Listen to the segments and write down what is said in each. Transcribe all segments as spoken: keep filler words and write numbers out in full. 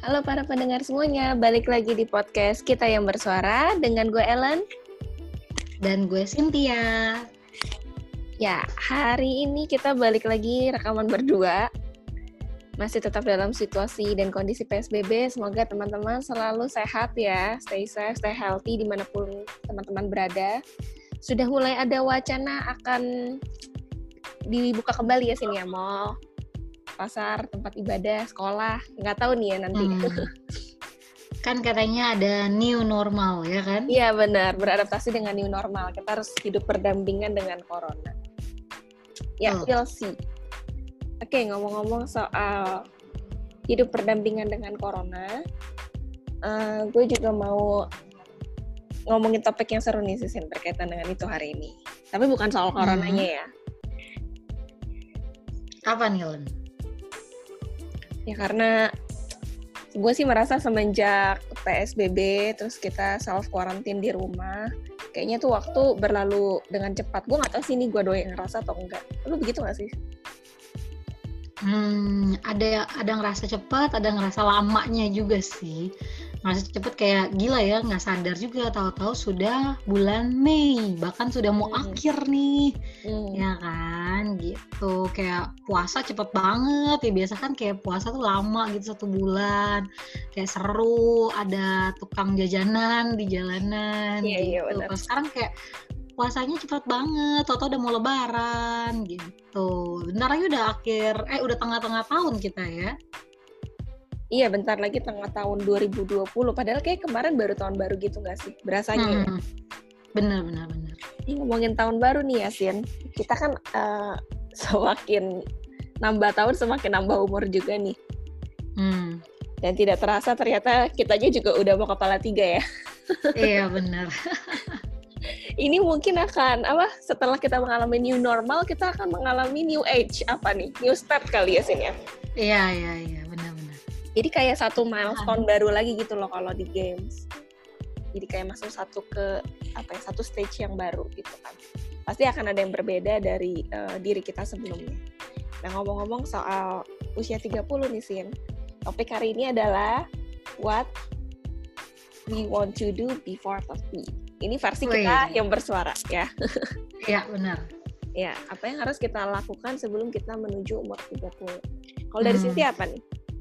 Halo para pendengar semuanya, balik lagi di podcast Kita Yang Bersuara dengan gue Ellen dan gue Cynthia. Ya, hari ini kita balik lagi rekaman berdua. Masih tetap dalam situasi dan kondisi P S B B. Semoga teman-teman selalu sehat ya, stay safe, stay healthy dimanapun teman-teman berada. Sudah mulai ada wacana akan dibuka kembali ya sini ya, mall, pasar, tempat ibadah, sekolah, nggak tahu nih ya nanti. Hmm. Kan katanya ada new normal ya kan? Iya benar, beradaptasi dengan new normal. Kita harus hidup berdampingan dengan corona. Ya, oh. We'll see. Oke, ngomong-ngomong soal hidup berdampingan dengan corona, uh, gue juga mau ngomongin topik yang seru nih Sisin berkaitan dengan itu hari ini. Tapi bukan soal coronanya hmm. ya. Apa nih, Len? Ya karena gue sih merasa semenjak P S B B terus kita self quarantine di rumah, kayaknya tuh waktu berlalu dengan cepat. Gue nggak tahu sih ini gue doang yang ngerasa atau enggak. Lu begitu nggak sih? Hmm, ada ada ngerasa cepat, ada ngerasa lamanya juga sih. Ngerasa cepet kayak gila ya, nggak sadar juga tahu-tahu sudah bulan Mei, bahkan sudah mau hmm. akhir nih, hmm. ya kan, gitu. Kayak puasa cepet banget ya, biasa kan kayak puasa tuh lama gitu satu bulan, kayak seru, ada tukang jajanan di jalanan, yeah, gitu. Yeah, Pas sekarang kayak puasanya cepet banget, tahu-tahu udah mau lebaran, gitu. Bentar lagi udah akhir, eh udah tengah-tengah tahun kita ya. Iya, bentar lagi tengah tahun dua ribu dua puluh. Padahal kayak kemarin baru tahun baru gitu nggak sih? Berasanya hmm. ya? Bener, bener, bener. Ini ngomongin tahun baru nih ya, Sin. Kita kan uh, semakin nambah tahun, semakin nambah umur juga nih. Hmm. Dan tidak terasa ternyata kitanya juga udah mau kepala tiga ya. Iya, bener. Ini mungkin akan, apa, setelah kita mengalami new normal, kita akan mengalami new age. Apa nih? New start kali ya, Sin ya? Iya, iya, iya. Benar-benar. Jadi kayak satu milestone ah. baru lagi gitu loh kalau di games. Jadi kayak masuk satu ke apa ya satu stage yang baru gitu kan. Pasti akan ada yang berbeda dari uh, diri kita sebelumnya. Nah ngomong-ngomong soal usia tiga puluh nih Sin. Topik hari ini adalah what we want to do before thirty. Ini versi Wih. kita yang bersuara ya. Iya benar. Ya, apa yang harus kita lakukan sebelum kita menuju umur tiga puluh. Kalau dari hmm. Cynthia apa nih?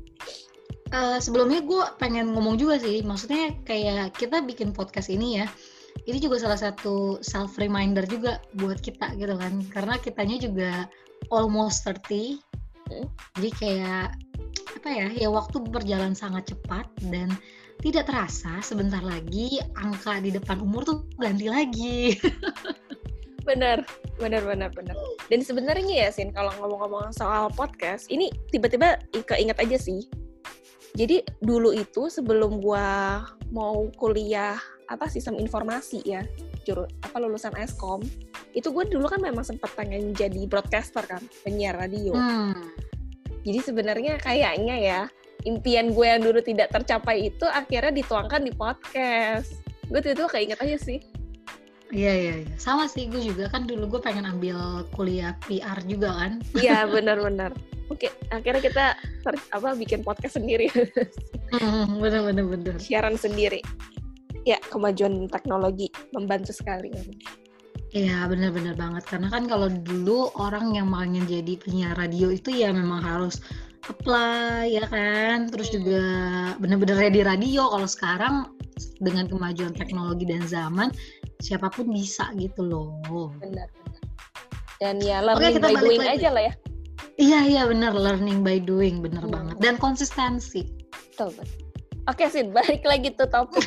Uh, sebelumnya gue pengen ngomong juga sih, maksudnya kayak kita bikin podcast ini ya, ini juga salah satu self reminder juga buat kita gitu kan, karena kitanya juga almost thirty, hmm. jadi kayak apa ya, ya waktu berjalan sangat cepat dan tidak terasa sebentar lagi angka di depan umur tuh ganti lagi. Benar, benar, benar, benar. Dan sebenarnya ya Sin, kalau ngomong-ngomong soal podcast, ini tiba-tiba keinget aja sih. Jadi dulu itu sebelum gua mau kuliah apa sistem informasi ya, juru apa lulusan Eskom, itu gue dulu kan memang sempat pengen jadi broadcaster kan, penyiar radio. Hmm. Jadi sebenarnya kayaknya ya impian gue yang dulu tidak tercapai itu akhirnya dituangkan di podcast. Gue tuh itu keinget aja sih. Iya iya iya, sama sih gue juga kan dulu gue pengen ambil kuliah P R juga kan. Iya benar-benar. Oke, akhirnya kita apa bikin podcast sendiri. Hmm, benar-benar benar. Siaran sendiri. Ya, kemajuan teknologi membantu sekali. Iya, benar-benar banget. Karena kan kalau dulu orang yang mau jadi penyiar radio itu ya memang harus apply ya kan. Terus juga benar-benar ready radio. Kalau sekarang dengan kemajuan teknologi dan zaman, siapapun bisa gitu loh. Benar, benar. Dan ya learning Oke, by doing lagi. aja lah ya. Iya iya benar, learning by doing benar hmm. banget, dan konsistensi. Betul betul. Oke Sin, balik lagi tuh topik.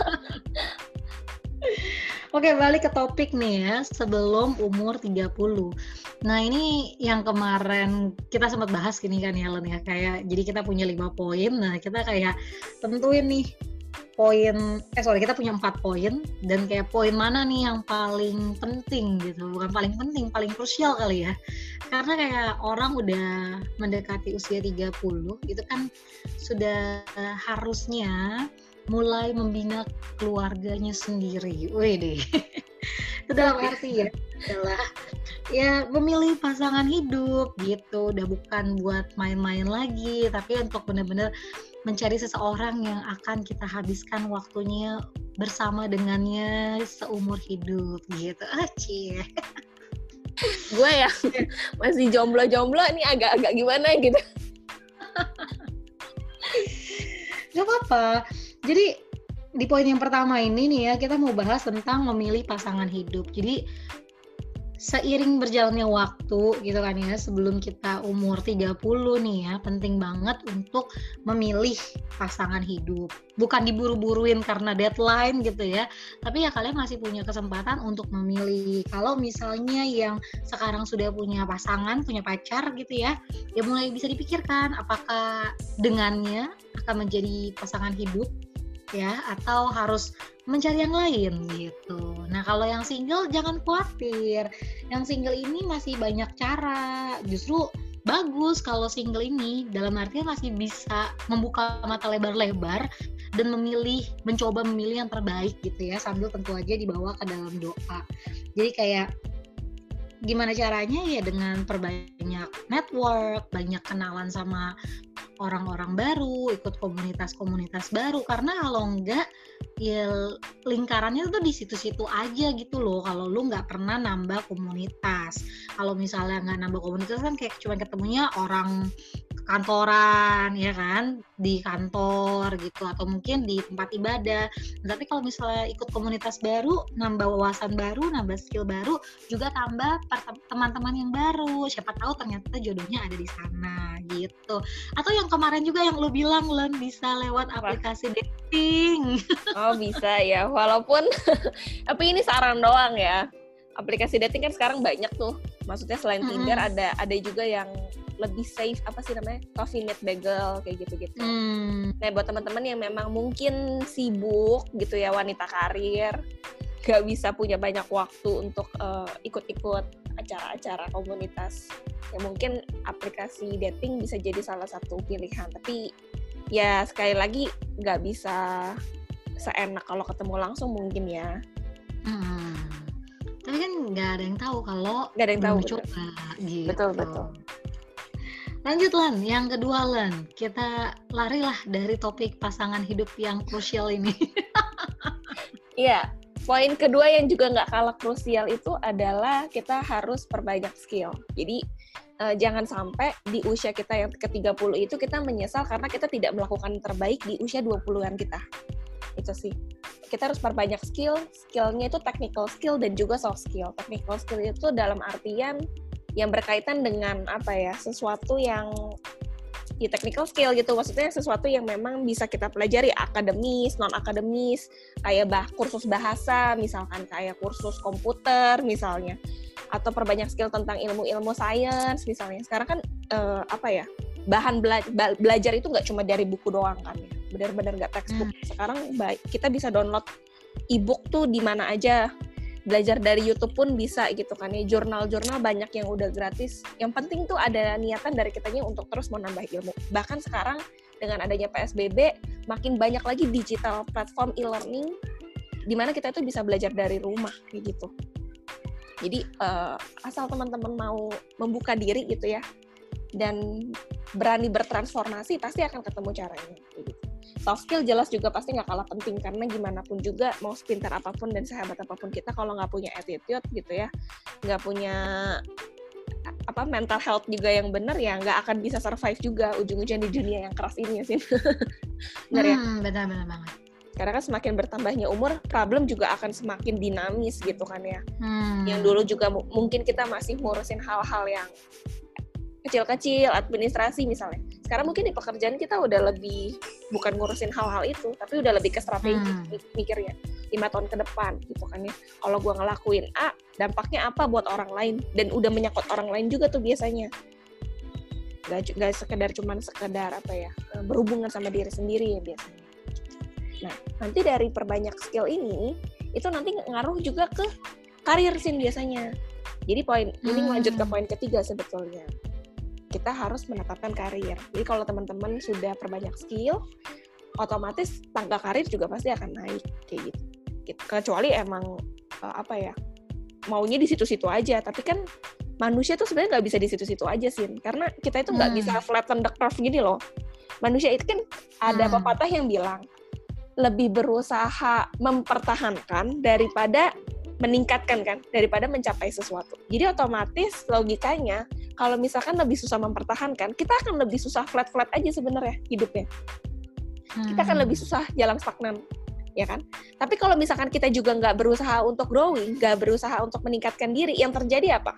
Oke, balik ke topik nih ya, sebelum umur tiga puluh. Nah ini yang kemarin kita sempat bahas gini kan ya Len ya, kayak jadi kita punya lima poin, nah kita kayak tentuin nih poin, eh sorry kita punya empat poin, dan kayak poin mana nih yang paling penting gitu, bukan paling penting, paling krusial kali ya, karena kayak orang udah mendekati usia tiga puluh itu kan sudah uh, harusnya mulai membina keluarganya sendiri. Wih deh, itu dalam arti ya adalah ya memilih pasangan hidup gitu, udah bukan buat main-main lagi, tapi untuk benar-benar mencari seseorang yang akan kita habiskan waktunya bersama dengannya seumur hidup gitu. Ah, cie. Gue yang masih jomblo-jomblo ini agak-agak gimana gitu. Gak apa-apa. Jadi di poin yang pertama ini nih ya, kita mau bahas tentang memilih pasangan hidup. Jadi seiring berjalannya waktu gitu kan ya, sebelum kita umur tiga puluh nih ya, penting banget untuk memilih pasangan hidup. Bukan diburu-buruin karena deadline gitu ya, tapi ya kalian masih punya kesempatan untuk memilih. Kalau misalnya yang sekarang sudah punya pasangan, punya pacar gitu ya, ya mulai bisa dipikirkan apakah dengannya akan menjadi pasangan hidup ya, atau harus mencari yang lain gitu. Nah kalau yang single jangan khawatir, yang single ini masih banyak cara. Justru bagus kalau single ini, dalam artian masih bisa membuka mata lebar-lebar dan memilih, mencoba memilih yang terbaik gitu ya, sambil tentu aja dibawa ke dalam doa. Jadi kayak gimana caranya ya, dengan perbanyak network, banyak kenalan sama orang-orang baru, ikut komunitas-komunitas baru, karena kalau enggak ya lingkarannya tuh di situ-situ aja gitu loh. Kalau lu nggak pernah nambah komunitas, kalau misalnya nggak nambah komunitas kan kayak cuma ketemunya orang kantoran ya kan, di kantor gitu, atau mungkin di tempat ibadah. Tapi kalau misalnya ikut komunitas baru, nambah wawasan baru, nambah skill baru, juga tambah teman-teman yang baru. Siapa tahu ternyata jodohnya ada di sana gitu. Atau yang kemarin juga yang lu bilang, Len, bisa lewat aplikasi dating. Oh bisa ya, walaupun tapi ini saran doang ya. Aplikasi dating kan sekarang banyak tuh. Maksudnya selain mm-hmm. Tinder ada ada juga yang lebih safe, apa sih namanya, Coffee Meet Bagel kayak gitu-gitu. Hmm. Nah buat teman-teman yang memang mungkin sibuk gitu ya, wanita karir, gak bisa punya banyak waktu untuk uh, ikut-ikut acara-acara komunitas, ya mungkin aplikasi dating bisa jadi salah satu pilihan. Tapi ya sekali lagi gak bisa seenak kalau ketemu langsung mungkin ya. Hmm. Tapi kan gak ada yang tahu kalau gak ada yang tahu coba gitu. Betul betul. Lanjut Lan, yang kedua Lan, kita larilah dari topik pasangan hidup yang krusial ini. Iya, poin kedua yang juga nggak kalah krusial itu adalah kita harus perbanyak skill. Jadi uh, jangan sampai di usia kita yang ke tiga puluh itu kita menyesal karena kita tidak melakukan yang terbaik di usia dua puluhan kita. Itu sih. Kita harus perbanyak skill, skillnya itu technical skill dan juga soft skill. Technical skill itu dalam artian yang berkaitan dengan apa ya, sesuatu yang ya technical skill gitu, maksudnya sesuatu yang memang bisa kita pelajari, akademis, non akademis, kayak bah kursus bahasa misalkan, kayak kursus komputer misalnya, atau perbanyak skill tentang ilmu-ilmu sains misalnya. Sekarang kan eh, apa ya, bahan bela- belajar itu nggak cuma dari buku doang kan ya, benar-benar nggak textbook. Sekarang kita bisa download e-book tuh di mana aja. Belajar dari YouTube pun bisa gitu kan ya, jurnal-jurnal banyak yang udah gratis. Yang penting tuh ada niatan dari kitanya untuk terus mau nambah ilmu. Bahkan sekarang dengan adanya P S B B, makin banyak lagi digital platform e-learning di mana kita itu bisa belajar dari rumah kayak gitu. Jadi uh, asal teman-teman mau membuka diri gitu ya, dan berani bertransformasi, pasti akan ketemu caranya kayak gitu. Soft skill jelas juga pasti nggak kalah penting, karena gimana pun juga mau sepintar apapun dan sehebat apapun kita, kalau nggak punya attitude gitu ya, nggak punya apa mental health juga yang benar, ya nggak akan bisa survive juga ujung-ujungnya di dunia yang keras ini ya sih. Benar ya? Hmm, benar-benar banget. Karena kan semakin bertambahnya umur, problem juga akan semakin dinamis gitu kan ya. Hmm. Yang dulu juga m- mungkin kita masih ngurusin hal-hal yang kecil-kecil, administrasi misalnya. Sekarang mungkin di pekerjaan kita udah lebih, bukan ngurusin hal-hal itu, tapi udah lebih ke strategi hmm. mikirnya lima tahun ke depan gitu kan ya. Kalau gue ngelakuin A, dampaknya apa buat orang lain, dan udah menyangkut orang lain juga tuh biasanya. Gak, gak sekedar cuman sekedar apa ya, berhubungan sama diri sendiri ya biasanya. Nah, nanti dari perbanyak skill ini, itu nanti ngaruh juga ke karir sih biasanya. Jadi poin hmm. ini lanjut ke poin ketiga sebetulnya. Kita harus menetapkan karir. Jadi kalau teman-teman sudah perbanyak skill, otomatis tangga karir juga pasti akan naik kayak gitu. Kecuali emang uh, apa ya, maunya di situ-situ aja. Tapi kan manusia tuh sebenarnya nggak bisa di situ-situ aja sih, karena kita itu nggak hmm. bisa flatten the curve gini loh. Manusia itu kan ada Hmm. pepatah yang bilang lebih berusaha mempertahankan daripada meningkatkan kan, daripada mencapai sesuatu. Jadi otomatis logikanya kalau misalkan lebih susah mempertahankan, kita akan lebih susah flat-flat aja sebenarnya hidupnya. Kita akan lebih susah jalan stagnan, ya kan? Tapi kalau misalkan kita juga nggak berusaha untuk growing, nggak berusaha untuk meningkatkan diri, yang terjadi apa?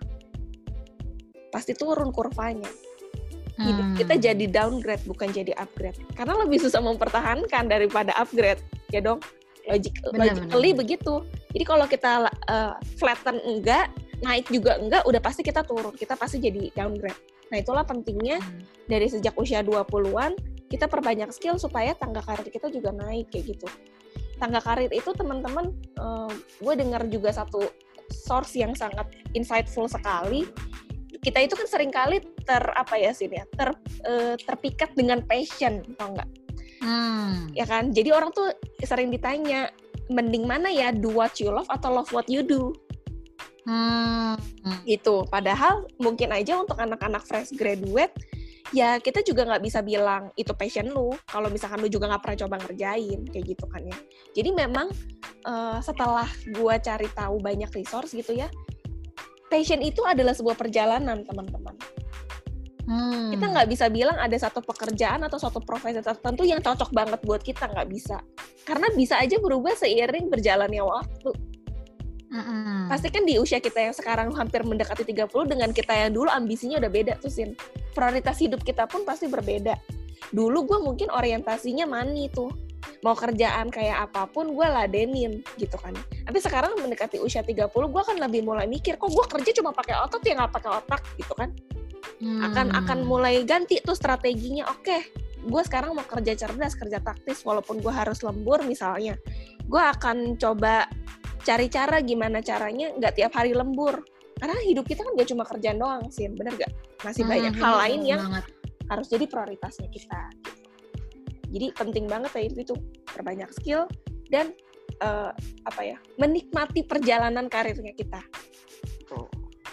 Pasti turun kurvanya. Hidup Hmm. kita jadi downgrade, bukan jadi upgrade. Karena lebih susah mempertahankan daripada upgrade, ya dong? Logik, Benar, logically benar. begitu. Jadi kalau kita uh, flatten enggak, naik juga enggak, udah pasti kita turun. Kita pasti jadi downgrade. Nah itulah pentingnya Hmm. dari sejak usia dua puluhan, kita perbanyak skill supaya tangga karir kita juga naik kayak gitu. Tangga karir itu teman-teman, um, gue dengar juga satu source yang sangat insightful sekali. Kita itu kan seringkali ter apa ya sih ya, ter uh, terpikat dengan passion, tau nggak? Hmm. Ya kan? Jadi orang tuh sering ditanya, mending mana ya, do what you love atau love what you do? Hmm. Gitu. Padahal mungkin aja untuk anak-anak fresh graduate, ya kita juga nggak bisa bilang itu passion lu kalau misalkan lu juga nggak pernah coba ngerjain kayak gitu kan ya. Jadi memang uh, setelah gua cari tahu banyak resource gitu ya, passion itu adalah sebuah perjalanan teman-teman. Hmm. Kita nggak bisa bilang ada satu pekerjaan atau suatu profesi tertentu yang cocok banget buat kita, nggak bisa. Karena bisa aja berubah seiring berjalannya waktu. Mm-mm. Pasti kan di usia kita yang sekarang hampir mendekati tiga puluh dengan kita yang dulu ambisinya udah beda tuh Sin. Prioritas hidup kita pun pasti berbeda. Dulu gue mungkin orientasinya money tuh. Mau kerjaan kayak apapun gue ladenin gitu kan. Tapi sekarang mendekati usia tiga puluh gue kan lebih mulai mikir, kok gue kerja cuma pakai otot ya nggak pakai otak gitu kan. Hmm. Akan akan mulai ganti tuh strateginya. Oke, gue sekarang mau kerja cerdas, kerja taktis walaupun gue harus lembur misalnya. Gue akan coba cari cara gimana caranya nggak tiap hari lembur. Karena hidup kita kan gak cuma kerjaan doang sih, bener gak? Masih Hmm, banyak hal lain yang banget. harus jadi prioritasnya kita. Gitu. Jadi penting banget ya itu tuh perbanyak skill dan uh, apa ya, menikmati perjalanan karirnya kita. Tuh.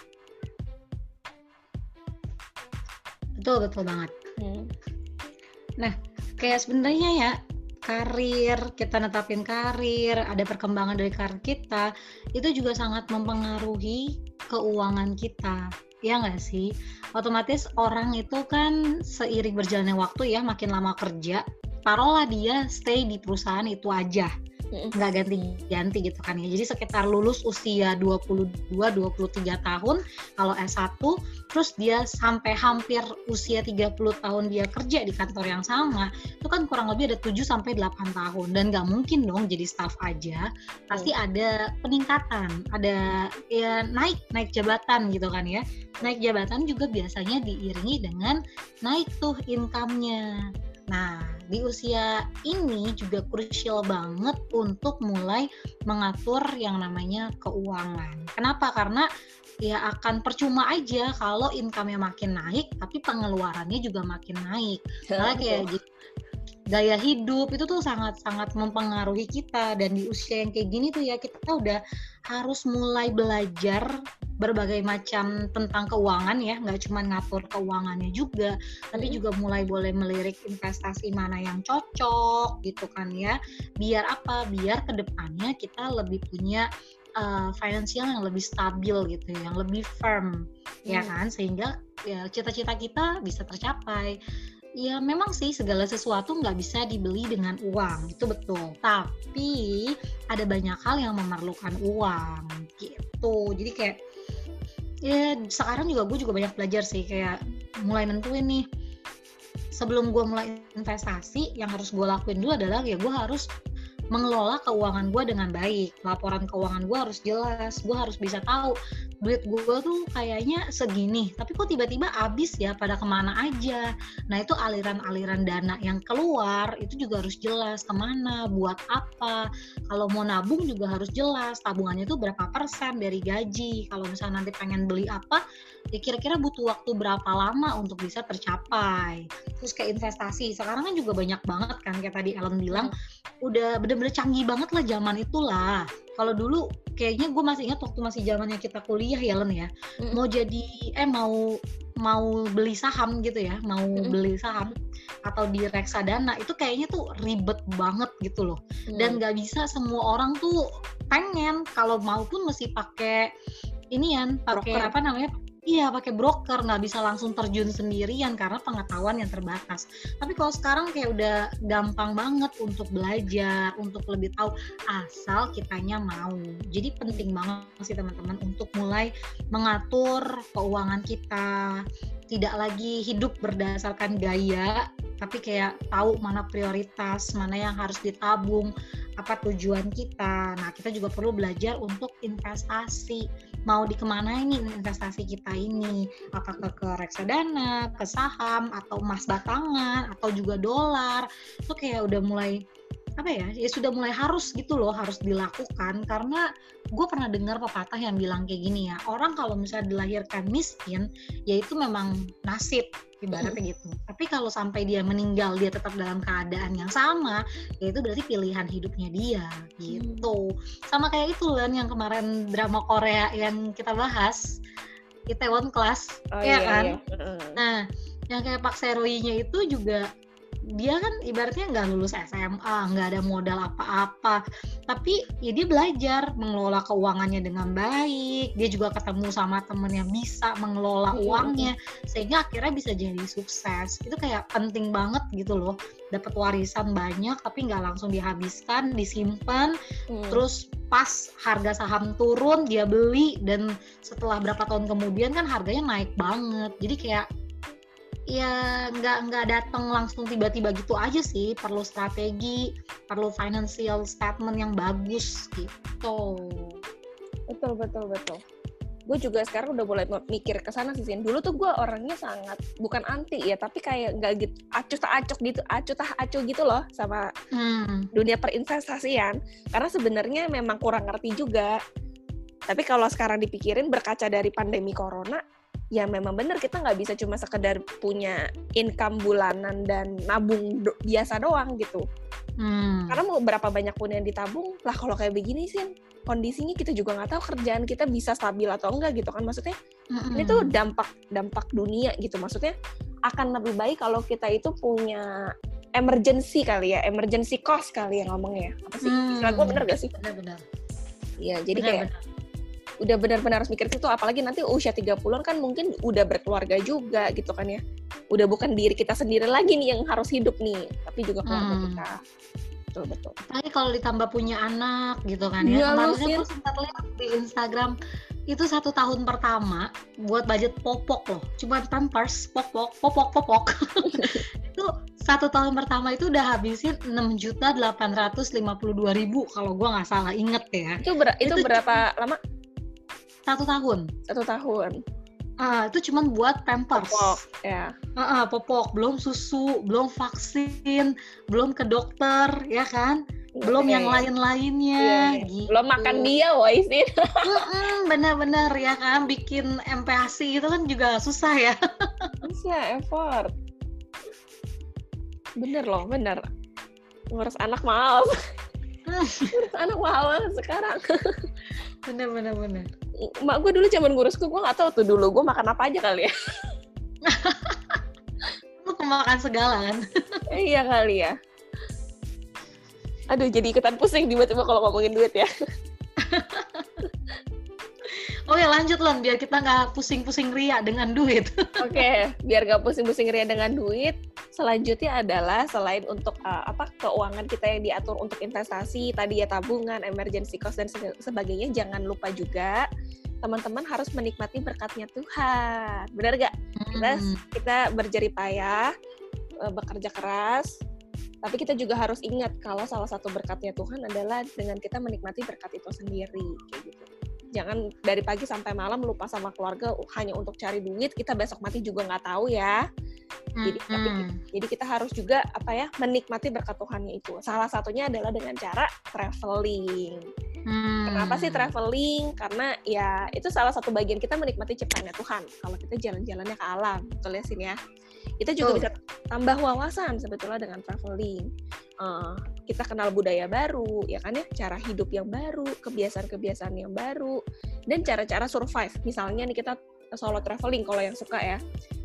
Betul, betul banget. Hmm. Nah, kayak sebenarnya ya, karir, kita netapin karir, ada perkembangan dari karir kita, itu juga sangat mempengaruhi keuangan kita. Ya nggak sih? Otomatis orang itu kan seiring berjalannya waktu ya, makin lama kerja, taruhlah dia stay di perusahaan itu aja, nggak ganti-ganti gitu kan ya. Jadi sekitar lulus usia dua puluh dua dua puluh tiga tahun kalau S satu, terus dia sampai hampir usia tiga puluh tahun dia kerja di kantor yang sama, itu kan kurang lebih ada tujuh sampai delapan tahun. Dan nggak mungkin dong jadi staff aja, pasti ada peningkatan, ada ya naik naik jabatan gitu kan ya. Naik jabatan juga biasanya diiringi dengan naik tuh income-nya. Nah, di usia ini juga krusial banget untuk mulai mengatur yang namanya keuangan. Kenapa? Karena ya akan percuma aja kalau income-nya makin naik, tapi pengeluarannya juga makin naik. Karena kayak gitu, gaya hidup itu tuh sangat-sangat mempengaruhi kita. Dan di usia yang kayak gini tuh ya kita udah harus mulai belajar berbagai macam tentang keuangan ya, nggak cuma ngatur keuangannya juga, tapi juga mulai boleh melirik investasi mana yang cocok gitu kan ya, biar apa, biar kedepannya kita lebih punya uh, finansial yang lebih stabil gitu, yang lebih firm hmm. ya kan, sehingga ya cita-cita kita bisa tercapai. Ya memang sih segala sesuatu nggak bisa dibeli dengan uang, itu betul. Tapi ada banyak hal yang memerlukan uang gitu. Jadi kayak ya sekarang juga gue juga banyak belajar sih, kayak mulai nentuin nih. Sebelum gue mulai investasi, yang harus gue lakuin dulu adalah ya gue harus mengelola keuangan gue dengan baik. Laporan keuangan gue harus jelas, gue harus bisa tahu duit gue tuh kayaknya segini, tapi kok tiba-tiba habis ya, pada kemana aja. Nah itu aliran-aliran dana yang keluar itu juga harus jelas, kemana, buat apa. Kalau mau nabung juga harus jelas, tabungannya itu berapa persen dari gaji. Kalau misalnya nanti pengen beli apa, ya kira-kira butuh waktu berapa lama untuk bisa tercapai. Terus kayak investasi, sekarang kan juga banyak banget kan, kayak tadi Ellen bilang, udah bener-bener canggih banget lah zaman itulah. Kalau dulu kayaknya gue masih ingat waktu masih zamannya kita kuliah ya Len ya, mm. mau jadi eh mau mau beli saham gitu ya, mau mm. beli saham atau di reksadana itu kayaknya tuh ribet banget gitu loh. Hmm. Dan nggak bisa semua orang tuh pengen, kalau mau pun mesti pakai inian, pakai apa namanya? Iya, pakai broker, nggak bisa langsung terjun sendirian karena pengetahuan yang terbatas. Tapi kalau sekarang kayak udah gampang banget untuk belajar, untuk lebih tahu, asal kitanya mau. Jadi penting banget sih teman-teman untuk mulai mengatur keuangan kita. Tidak lagi hidup berdasarkan gaya, tapi kayak tahu mana prioritas, mana yang harus ditabung, apa tujuan kita. Nah, kita juga perlu belajar untuk investasi. Mau dikemana ini investasi kita ini? Apakah ke reksadana, ke saham, atau emas batangan, atau juga dolar? Itu kayak udah mulai apa ya? Ya sudah mulai harus gitu loh, harus dilakukan. Karena gue pernah dengar pepatah yang bilang kayak gini ya, orang kalau misalnya dilahirkan miskin, ya itu memang nasib, ibaratnya gitu. Tapi kalau sampai dia meninggal, dia tetap dalam keadaan yang sama, ya itu berarti pilihan hidupnya dia, gitu. Sama kayak itu Len, yang kemarin drama Korea yang kita bahas, Itaewon Class, oh, ya iya, kan? Iya. Nah, yang kayak Pak Seroy-nya itu juga, dia kan ibaratnya nggak lulus S M A, nggak ada modal apa-apa, tapi ya dia belajar mengelola keuangannya dengan baik. Dia juga ketemu sama temen yang bisa mengelola uangnya, sehingga akhirnya bisa jadi sukses. Itu kayak penting banget gitu loh, dapat warisan banyak tapi nggak langsung dihabiskan, disimpan, hmm. terus pas harga saham turun dia beli, dan setelah berapa tahun kemudian kan harganya naik banget. Jadi kayak ya nggak nggak datang langsung tiba-tiba gitu aja sih, perlu strategi, perlu financial statement yang bagus gitu. Betul betul betul. Gue juga sekarang udah mulai mikir ke sana sih. Dulu tuh gue orangnya sangat bukan anti ya, tapi kayak nggak gitu acuh tak acuh gitu, acuh tak acuh gitu loh sama hmm. dunia perinvestasian, karena sebenarnya memang kurang ngerti juga. Tapi kalau sekarang dipikirin berkaca dari pandemi corona, ya memang benar kita nggak bisa cuma sekedar punya income bulanan dan nabung do- biasa doang gitu. Hmm. Karena mau berapa banyak pun yang ditabung, lah kalau kayak begini sih kondisinya kita juga nggak tahu kerjaan kita bisa stabil atau enggak gitu kan. Maksudnya hmm. ini tuh dampak dampak dunia gitu. Maksudnya akan lebih baik kalau kita itu punya emergency kali ya, emergency cost kali ya ngomongnya. Apa sih? Hmm. Istilah gue bener gak sih? Benar-benar. Iya, jadi benar, kayak benar. Udah benar-benar harus mikir itu, apalagi nanti usia tiga puluhan kan mungkin udah berkeluarga juga gitu kan ya. Udah bukan diri kita sendiri lagi nih yang harus hidup nih, tapi juga keluarga hmm. kita. Betul betul. Apalagi kalau ditambah punya anak gitu kan ya. ya Kemarin gue sempat lihat di Instagram itu satu tahun pertama buat budget popok loh, cuma pampers, popok, popok, popok. Itu satu tahun pertama itu udah habisin enam juta delapan ratus lima puluh dua ribu kalau gue nggak salah inget ya. Itu, ber- itu, itu berapa lama? Satu tahun. Satu tahun. Ah, itu cuma buat pampers. Popok, ya. Ah, ah, popok, belum susu, belum vaksin, belum ke dokter, ya kan? Belum okay. yang lain-lainnya. Yeah. Gitu. Belum makan dia, waisin. Bener-bener ya kan, bikin M P A S I itu kan juga susah ya. Susah, effort. Bener loh, bener. Ngurus anak mahal. Ngurus anak mahal sekarang. Bener-bener bener. Mak gue dulu zaman ngurusku, gue nggak tahu tuh dulu gue makan apa aja kali ya. Lu kemakan segala kan? Iya kali ya. Aduh, jadi ikutan pusing tiba-tiba kalau ngomongin duit ya. Oke, lanjut Lan, biar kita nggak pusing-pusing ria dengan duit. Oke, biar nggak pusing-pusing ria dengan duit. Selanjutnya adalah selain untuk uh, apa keuangan kita yang diatur untuk investasi, tadi ya tabungan, emergency cost dan sebagainya, jangan lupa juga teman-teman harus menikmati berkatnya Tuhan. Benar gak? Kita, hmm. kita berjerih payah, bekerja keras, tapi kita juga harus ingat kalau salah satu berkatnya Tuhan adalah dengan kita menikmati berkat itu sendiri, kayak gitu. Jangan dari pagi sampai malam lupa sama keluarga hanya untuk cari duit, kita besok mati juga nggak tahu ya. Jadi, hmm. tapi, jadi kita harus juga apa ya menikmati berkat Tuhannya itu. Salah satunya adalah dengan cara traveling. Hmm. Kenapa sih traveling? Karena ya itu salah satu bagian kita menikmati ciptaannya Tuhan. Kalau kita jalan-jalannya ke alam, betul ya Sin ya. Kita juga oh. bisa tambah wawasan sebetulnya dengan traveling. Uh, kita kenal budaya baru, ya kan ya, cara hidup yang baru, kebiasaan-kebiasaan yang baru, dan cara-cara survive. Misalnya nih kita solo traveling kalau yang suka ya,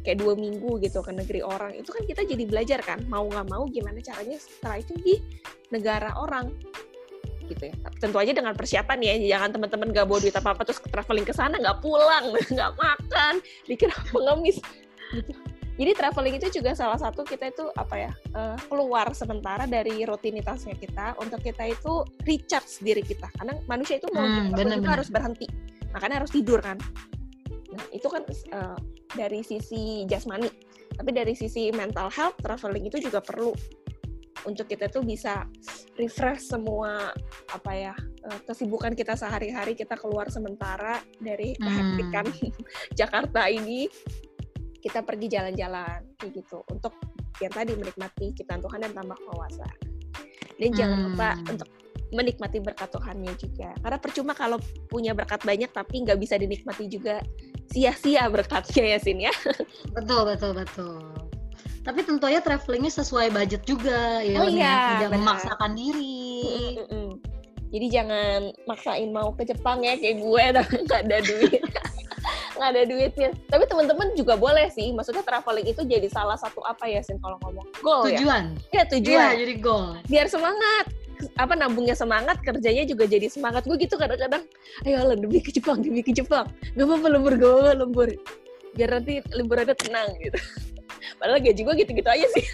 kayak dua minggu gitu ke negeri orang, itu kan kita jadi belajar kan, mau nggak mau gimana caranya setelah itu di negara orang gitu ya. Tentu aja dengan persiapan ya, jangan teman-teman gak bawa duit apa-apa terus traveling ke sana nggak pulang, nggak makan, dikira pengemis gitu. Jadi traveling itu juga salah satu kita itu apa ya, uh, keluar sementara dari rutinitasnya kita untuk kita itu recharge diri kita, karena manusia itu mau Hmm, juga bener-bener. harus berhenti, makanya harus tidur kan. Nah itu kan uh, dari sisi jasmani, tapi dari sisi mental health traveling itu juga perlu untuk kita tuh bisa refresh semua apa ya, uh, kesibukan kita sehari-hari, kita keluar sementara dari kehektikan hmm. Jakarta ini, kita pergi jalan-jalan kayak gitu untuk yang tadi menikmati ciptaan Tuhan dan tambah wawasan. Dan hmm. jangan lupa untuk menikmati berkat Tuhannya juga, karena percuma kalau punya berkat banyak tapi nggak bisa dinikmati juga, sia-sia berkatnya ya Sin ya. Betul betul betul. Tapi tentunya travelingnya sesuai budget juga ya, oh, iya, tidak benar. memaksakan diri. Mm-mm. Jadi jangan maksain mau ke Jepang ya kayak gue tapi nggak ada duit. Nggak ada duitnya. Tapi teman-teman juga boleh sih, maksudnya traveling itu jadi salah satu apa ya Sin kalau ngomong goal tujuan. ya. Ya tujuan. Iya jadi goal. Biar semangat. Apa nabungnya semangat, kerjanya juga jadi semangat. Gue gitu kadang-kadang, ayo lah demi ke Jepang, demi ke Jepang. Gak apa-apa lembur, gak apa-apa lembur. Biar nanti liburannya tenang gitu. Padahal gaji gue gitu-gitu aja sih.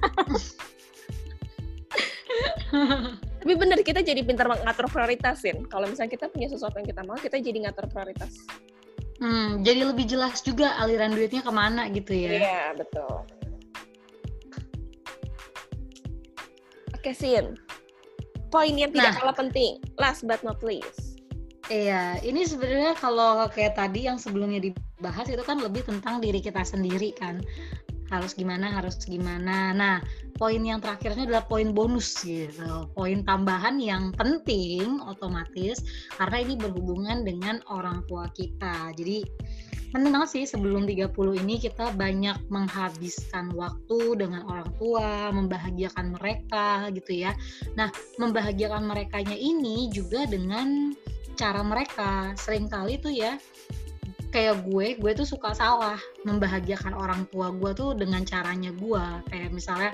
Tapi bener, kita jadi pintar ngatur prioritasin. Kalau misalnya kita punya sesuatu yang kita mau, kita jadi ngatur prioritas. Hmm, jadi lebih jelas juga aliran duitnya kemana gitu ya. Iya, betul. Oke, Sin. Poin yang tidak Nah. kalah penting. Last but not least. Iya, ini sebenarnya kalau kayak tadi yang sebelumnya dibahas itu kan lebih tentang diri kita sendiri kan. Harus gimana, harus gimana. Nah, poin yang terakhirnya adalah poin bonus gitu. Poin tambahan yang penting otomatis karena ini berhubungan dengan orang tua kita. Jadi penting banget sih sebelum tiga puluh ini kita banyak menghabiskan waktu dengan orang tua, membahagiakan mereka gitu ya. Nah, membahagiakan merekanya ini juga dengan cara mereka. Seringkali tuh ya kayak gue, gue tuh suka salah membahagiakan orang tua gue tuh dengan caranya gue. Kayak misalnya,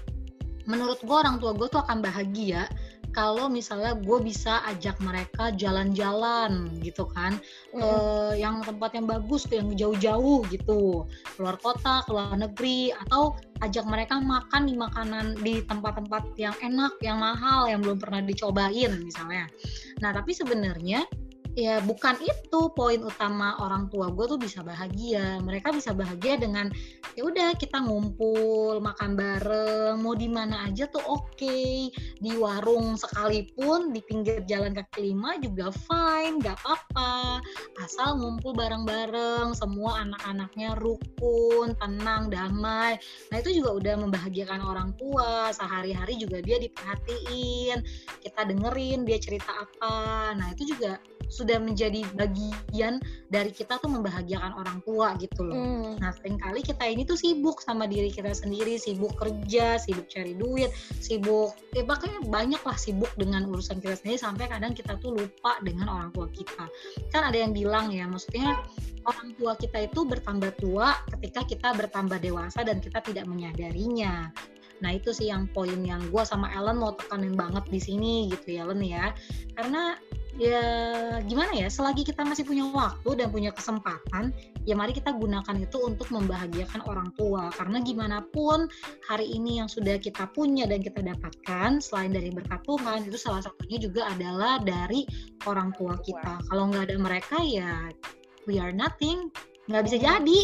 menurut gue orang tua gue tuh akan bahagia kalau misalnya gue bisa ajak mereka jalan-jalan gitu kan, mm. uh, yang tempat yang bagus, yang jauh-jauh gitu, keluar kota, keluar negeri, atau ajak mereka makan di makanan di tempat-tempat yang enak, yang mahal, yang belum pernah dicobain misalnya. Nah tapi sebenarnya ya bukan itu poin utama orang tua gue tuh bisa bahagia. Mereka bisa bahagia dengan ya udah kita ngumpul makan bareng, mau di mana aja tuh oke, okay. Di warung sekalipun, di pinggir jalan kaki lima juga fine, nggak apa-apa, asal ngumpul bareng-bareng, semua anak-anaknya rukun, tenang, damai. Nah itu juga udah membahagiakan orang tua. Sehari-hari juga dia diperhatiin, kita dengerin dia cerita apa. Nah itu juga sudah menjadi bagian dari kita tuh membahagiakan orang tua gitu loh. Hmm. Nah seringkali kita ini tuh sibuk sama diri kita sendiri, sibuk kerja, sibuk cari duit, sibuk, ya makanya banyak lah sibuk dengan urusan kita sendiri sampai kadang kita tuh lupa dengan orang tua kita. Kan ada yang bilang ya, maksudnya orang tua kita itu bertambah tua ketika kita bertambah dewasa dan kita tidak menyadarinya. Nah itu sih yang poin yang gue sama Ellen mau tekanin banget di sini gitu ya Ellen ya. Karena ya gimana ya, selagi kita masih punya waktu dan punya kesempatan, ya mari kita gunakan itu untuk membahagiakan orang tua. Karena gimana pun hari ini yang sudah kita punya dan kita dapatkan selain dari berkat Tuhan, itu salah satunya juga adalah dari orang tua kita. Kalau nggak ada mereka ya we are nothing, nggak bisa jadi.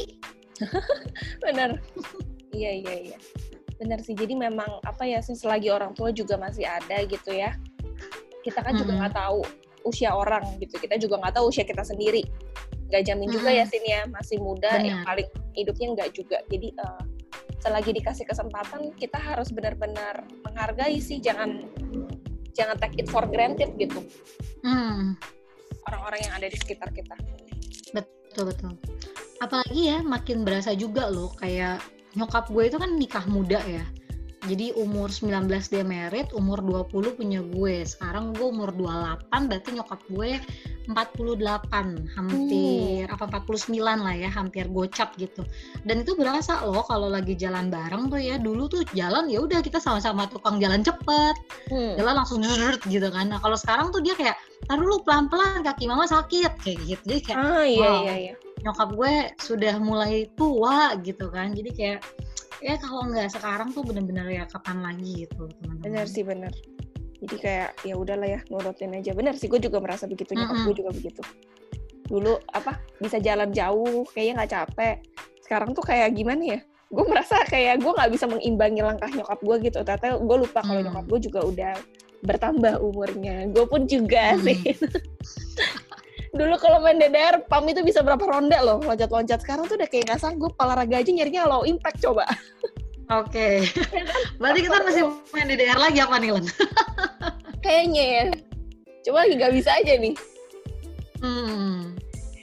Benar. Iya iya iya. Benar sih. Jadi memang apa ya, selagi orang tua juga masih ada gitu ya. Kita kan hmm. juga nggak tahu usia orang gitu, kita juga nggak tahu usia kita sendiri, nggak jamin juga hmm. ya Sin ya, masih muda. Benar. Yang paling hidupnya nggak juga. Jadi uh, selagi dikasih kesempatan kita harus benar-benar menghargai sih, jangan jangan take it for granted gitu. Hmm. Orang-orang yang ada di sekitar kita. Betul betul. Apalagi ya makin berasa juga loh, kayak nyokap gue itu kan nikah muda ya. Jadi umur sembilan belas dia married, umur dua puluh punya gue. Sekarang gue umur dua puluh delapan, berarti nyokap gue empat puluh delapan, hampir hmm. apa empat puluh sembilan lah ya, hampir gocap gitu. Dan itu berasa loh kalau lagi jalan bareng tuh ya, dulu tuh jalan ya udah kita sama-sama tukang jalan cepet, hmm. jalan langsung zzzz gitu kan. Nah kalau sekarang tuh dia kayak, taruh dulu pelan-pelan, kaki mama sakit kayak gitu. Jadi kayak, ah, iya, wow, iya, iya. nyokap gue sudah mulai tua gitu kan. Jadi kayak ya kalau nggak sekarang tuh bener-bener ya kapan lagi gitu teman-teman. Bener sih, bener. Jadi kayak ya udahlah ya, nurutin aja. Bener sih, gue juga merasa begitu, nyokap mm-hmm. gue juga begitu. Dulu apa bisa jalan jauh kayaknya nggak capek. Sekarang tuh kayak gimana ya? Gue merasa kayak gue nggak bisa mengimbangi langkah nyokap gue gitu. Ternyata gue lupa kalau mm. nyokap gue juga udah bertambah umurnya. Gue pun juga mm. sih. Dulu kalau main D D R, P A M itu bisa berapa ronde loh, loncat-loncat. Sekarang tuh udah kayak nggak sanggup, olahraga aja nyarinya low impact coba. Oke, okay. Berarti kita masih main D D R lagi apa nih, Len? Kayaknya ya, coba lagi nggak bisa aja nih. Hmm.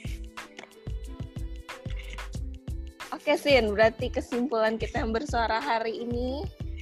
Oke, Sin, berarti kesimpulan kita yang bersuara hari ini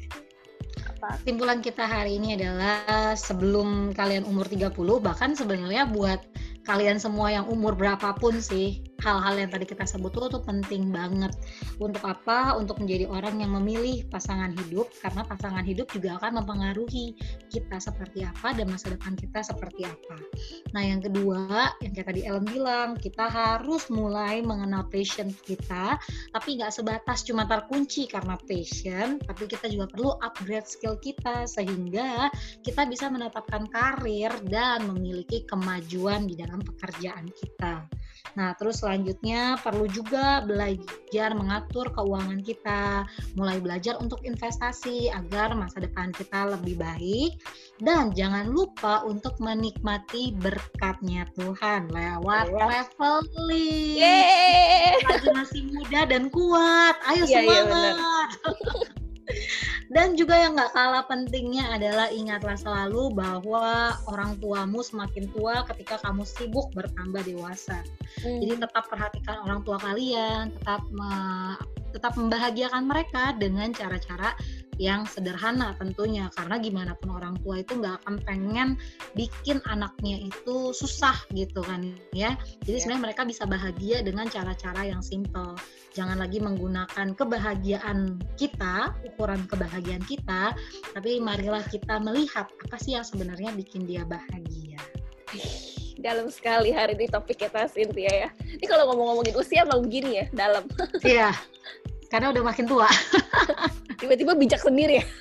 apa? Kesimpulan kita hari ini adalah sebelum kalian umur tiga puluh, bahkan sebenarnya buat kalian semua yang umur berapapun sih, hal-hal yang tadi kita sebut tuh, tuh penting banget. Untuk apa? Untuk menjadi orang yang memilih pasangan hidup, karena pasangan hidup juga akan mempengaruhi kita seperti apa dan masa depan kita seperti apa. Nah yang kedua, yang kayak tadi Ellen bilang, kita harus mulai mengenal passion kita, tapi nggak sebatas cuma terkunci karena passion, tapi kita juga perlu upgrade skill kita, sehingga kita bisa menetapkan karir dan memiliki kemajuan di dalam pekerjaan kita. Nah, terus selanjutnya perlu juga belajar mengatur keuangan kita, mulai belajar untuk investasi agar masa depan kita lebih baik, dan jangan lupa untuk menikmati berkatnya Tuhan lewat traveling. Yeay! Lagi masih muda dan kuat, ayo yeah, semangat! Yeah, dan juga yang gak kalah pentingnya adalah ingatlah selalu bahwa orang tuamu semakin tua ketika kamu sibuk bertambah dewasa. Hmm. Jadi tetap perhatikan orang tua kalian, tetap me- tetap membahagiakan mereka dengan cara-cara yang sederhana tentunya, karena gimana pun orang tua itu nggak akan pengen bikin anaknya itu susah gitu kan ya. Jadi yeah. sebenarnya mereka bisa bahagia dengan cara-cara yang simple. Jangan lagi menggunakan kebahagiaan kita, ukuran kebahagiaan kita, tapi marilah kita melihat apa sih yang sebenarnya bikin dia bahagia. Dalam sekali hari ini topik kita, Cynthia ya. Ini kalau ngomong-ngomongin usia emang begini ya, dalam. Iya, karena udah makin tua. Tiba-tiba bijak sendiri ya.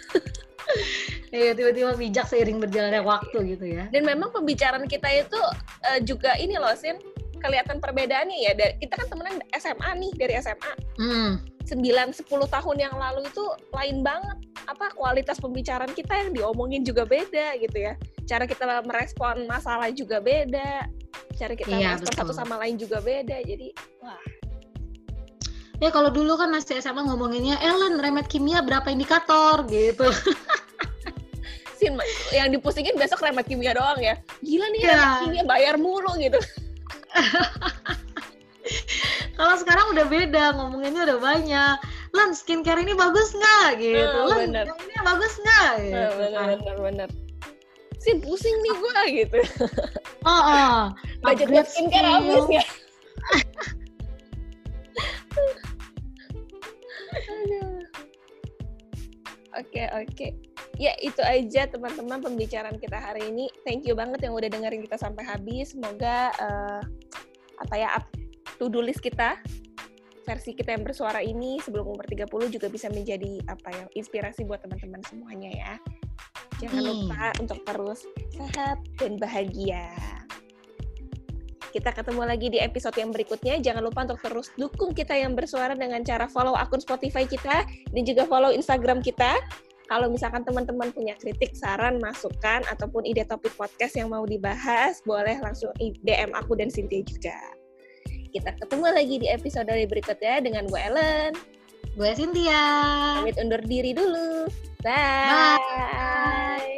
Iya, tiba-tiba bijak seiring berjalannya waktu gitu ya. Dan memang pembicaraan kita itu uh, juga ini loh, Sin, kelihatan perbedaannya ya. Dari, kita kan temenan S M A nih, dari S M A. Hmm. sembilan sepuluh tahun yang lalu itu lain banget. Apa kualitas pembicaraan kita yang diomongin juga beda gitu ya. Cara kita merespon masalah juga beda. Cara kita iya, merespon satu sama lain juga beda. Jadi, wah. Ya kalau dulu kan masih S M A ngomonginnya, Ellen remet kimia berapa indikator gitu. Sin, yang dipusingin besok remet kimia doang ya. Gila nih ya. Remet kimia bayar mulu gitu. Kalau sekarang udah beda, ngomonginnya udah banyak. Len, skincare ini bagus nggak gitu. Oh, Len, yang ini bagus nggak gitu. Oh, bener, bener, bener. Sin, pusing nih gue gitu. Oh, oh. Budget buat skincare habis ya. Oke, oke. Ya, itu aja teman-teman pembicaraan kita hari ini. Thank you banget yang udah dengerin kita sampai habis. Semoga uh, apa ya, up to-do list kita, versi kita yang bersuara ini sebelum umur tiga puluh juga bisa menjadi apa ya, inspirasi buat teman-teman semuanya ya. Jangan hmm. lupa untuk terus sehat dan bahagia. Kita ketemu lagi di episode yang berikutnya. Jangan lupa untuk terus dukung kita yang bersuara dengan cara follow akun Spotify kita dan juga follow Instagram kita. Kalau misalkan teman-teman punya kritik, saran, masukan, ataupun ide topik podcast yang mau dibahas, boleh langsung D M aku dan Cynthia juga. Kita ketemu lagi di episode berikutnya dengan gue Ellen. Gue Cynthia. Pamit undur diri dulu. Bye. Bye.